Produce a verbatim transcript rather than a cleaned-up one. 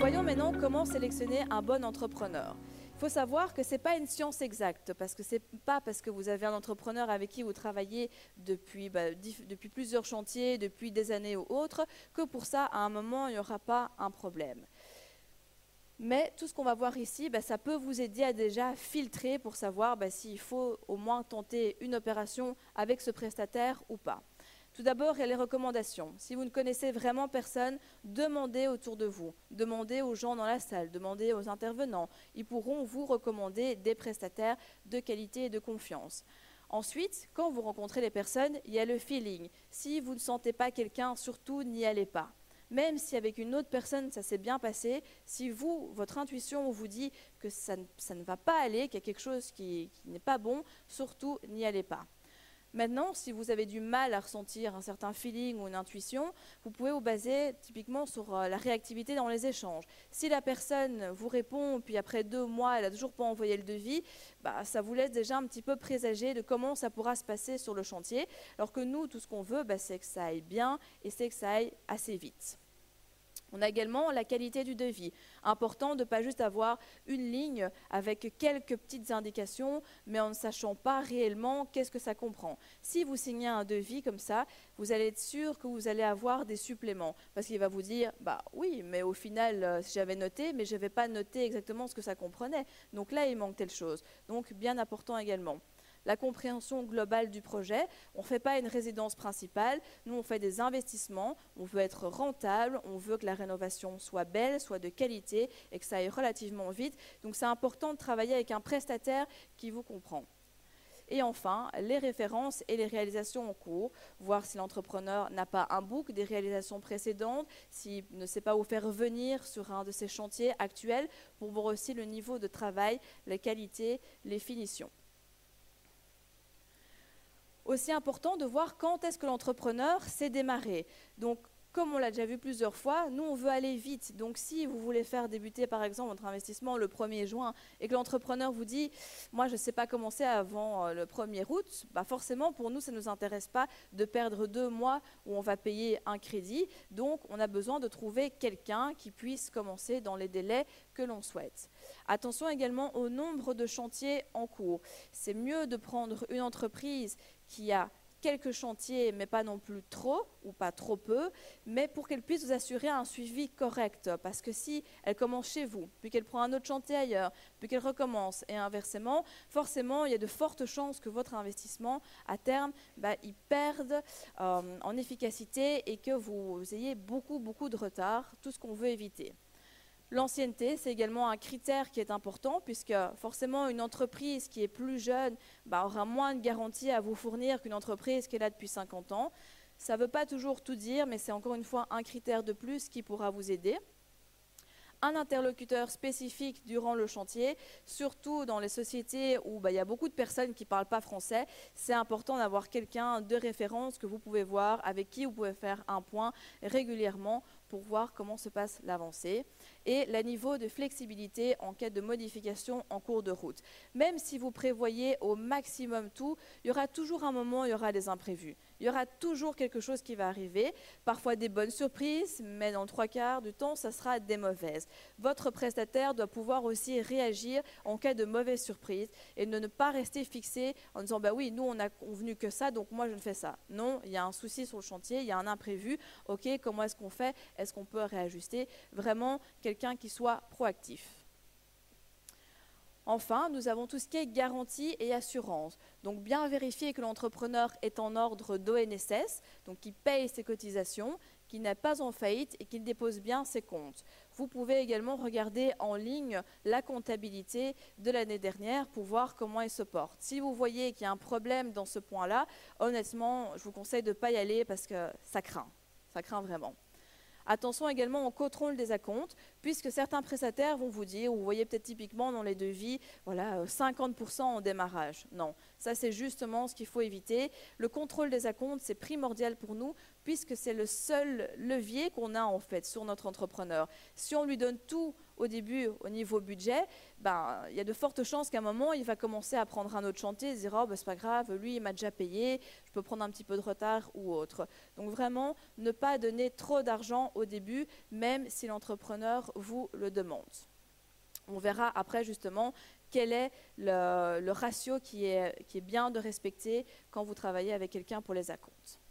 Voyons maintenant comment sélectionner un bon entrepreneur. Il faut savoir que ce n'est pas une science exacte, parce que ce n'est pas parce que vous avez un entrepreneur avec qui vous travaillez depuis, bah, depuis plusieurs chantiers, depuis des années ou autres, que pour ça, à un moment, il n'y aura pas un problème. Mais tout ce qu'on va voir ici, bah, ça peut vous aider à déjà filtrer pour savoir bah, s'il faut au moins tenter une opération avec ce prestataire ou pas. Tout d'abord, il y a les recommandations. Si vous ne connaissez vraiment personne, demandez autour de vous, demandez aux gens dans la salle, demandez aux intervenants. Ils pourront vous recommander des prestataires de qualité et de confiance. Ensuite, quand vous rencontrez les personnes, il y a le feeling. Si vous ne sentez pas quelqu'un, surtout n'y allez pas. Même si avec une autre personne, ça s'est bien passé, si vous, votre intuition vous dit que ça ne, ça ne va pas aller, qu'il y a quelque chose qui, qui n'est pas bon, surtout n'y allez pas. Maintenant, si vous avez du mal à ressentir un certain feeling ou une intuition, vous pouvez vous baser typiquement sur la réactivité dans les échanges. Si la personne vous répond, puis après deux mois, elle n'a toujours pas envoyé le devis, bah, ça vous laisse déjà un petit peu présager de comment ça pourra se passer sur le chantier. Alors que nous, tout ce qu'on veut, bah, c'est que ça aille bien et c'est que ça aille assez vite. On a également la qualité du devis. Important de ne pas juste avoir une ligne avec quelques petites indications, mais en ne sachant pas réellement qu'est-ce que ça comprend. Si vous signez un devis comme ça, vous allez être sûr que vous allez avoir des suppléments. Parce qu'il va vous dire, bah oui, mais au final, euh, j'avais noté, mais je n'avais pas noté exactement ce que ça comprenait. Donc là, il manque telle chose. Donc, bien important également. La compréhension globale du projet. On ne fait pas une résidence principale, nous on fait des investissements, on veut être rentable, on veut que la rénovation soit belle, soit de qualité et que ça aille relativement vite. Donc c'est important de travailler avec un prestataire qui vous comprend. Et enfin, les références et les réalisations en cours, voir si l'entrepreneur n'a pas un book des réalisations précédentes, s'il ne sait pas où faire venir sur un de ses chantiers actuels pour voir aussi le niveau de travail, la qualité, les finitions. Aussi important de voir quand est-ce que l'entrepreneur s'est démarré. Donc, comme on l'a déjà vu plusieurs fois, nous, on veut aller vite. Donc, si vous voulez faire débuter, par exemple, votre investissement le premier juin et que l'entrepreneur vous dit « moi, je ne sais pas commencer avant le premier août », bah forcément, pour nous, ça ne nous intéresse pas de perdre deux mois où on va payer un crédit. Donc, on a besoin de trouver quelqu'un qui puisse commencer dans les délais que l'on souhaite. Attention également au nombre de chantiers en cours. C'est mieux de prendre une entreprise qui a quelques chantiers, mais pas non plus trop, ou pas trop peu, mais pour qu'elle puisse vous assurer un suivi correct. Parce que si elle commence chez vous, puis qu'elle prend un autre chantier ailleurs, puis qu'elle recommence, et inversement, forcément, il y a de fortes chances que votre investissement, à terme, bah, il perde euh, en efficacité et que vous ayez beaucoup, beaucoup de retard, tout ce qu'on veut éviter. L'ancienneté, c'est également un critère qui est important puisque forcément une entreprise qui est plus jeune bah, aura moins de garanties à vous fournir qu'une entreprise qui est là depuis cinquante ans. Ça ne veut pas toujours tout dire, mais c'est encore une fois un critère de plus qui pourra vous aider. Un interlocuteur spécifique durant le chantier, surtout dans les sociétés où bah, il y a beaucoup de personnes qui ne parlent pas français, c'est important d'avoir quelqu'un de référence que vous pouvez voir, avec qui vous pouvez faire un point régulièrement pour voir comment se passe l'avancée. Et le niveau de flexibilité en cas de modification en cours de route. Même si vous prévoyez au maximum tout, il y aura toujours un moment où il y aura des imprévus. Il y aura toujours quelque chose qui va arriver, parfois des bonnes surprises, mais dans le trois quarts du temps, ça sera des mauvaises. Votre prestataire doit pouvoir aussi réagir en cas de mauvaise surprise et ne, ne pas rester fixé en disant bah oui, nous on a convenu que ça, donc moi je ne fais ça. Non, il y a un souci sur le chantier, il y a un imprévu. Ok, comment est-ce qu'on fait? Est-ce qu'on peut réajuster? Vraiment quelqu'un qui soit proactif. Enfin, nous avons tout ce qui est garantie et assurance. Donc, bien vérifier que l'entrepreneur est en ordre d'O N S S, donc qu'il paye ses cotisations, qu'il n'est pas en faillite et qu'il dépose bien ses comptes. Vous pouvez également regarder en ligne la comptabilité de l'année dernière pour voir comment elle se porte. Si vous voyez qu'il y a un problème dans ce point-là, honnêtement, je vous conseille de ne pas y aller parce que ça craint. Ça craint vraiment. Attention également au contrôle des acomptes, puisque certains prestataires vont vous dire, vous voyez peut-être typiquement dans les devis, voilà, cinquante pour cent en démarrage. Non, ça c'est justement ce qu'il faut éviter. Le contrôle des acomptes, c'est primordial pour nous, puisque puisque c'est le seul levier qu'on a en fait sur notre entrepreneur. Si on lui donne tout au début au niveau budget, ben, il y a de fortes chances qu'à un moment, il va commencer à prendre un autre chantier et se dire oh, ben, c'est pas grave, lui, il m'a déjà payé, je peux prendre un petit peu de retard ou autre. Donc vraiment, ne pas donner trop d'argent au début, même si l'entrepreneur vous le demande. On verra après justement quel est le, le ratio qui est, qui est bien de respecter quand vous travaillez avec quelqu'un pour les acomptes.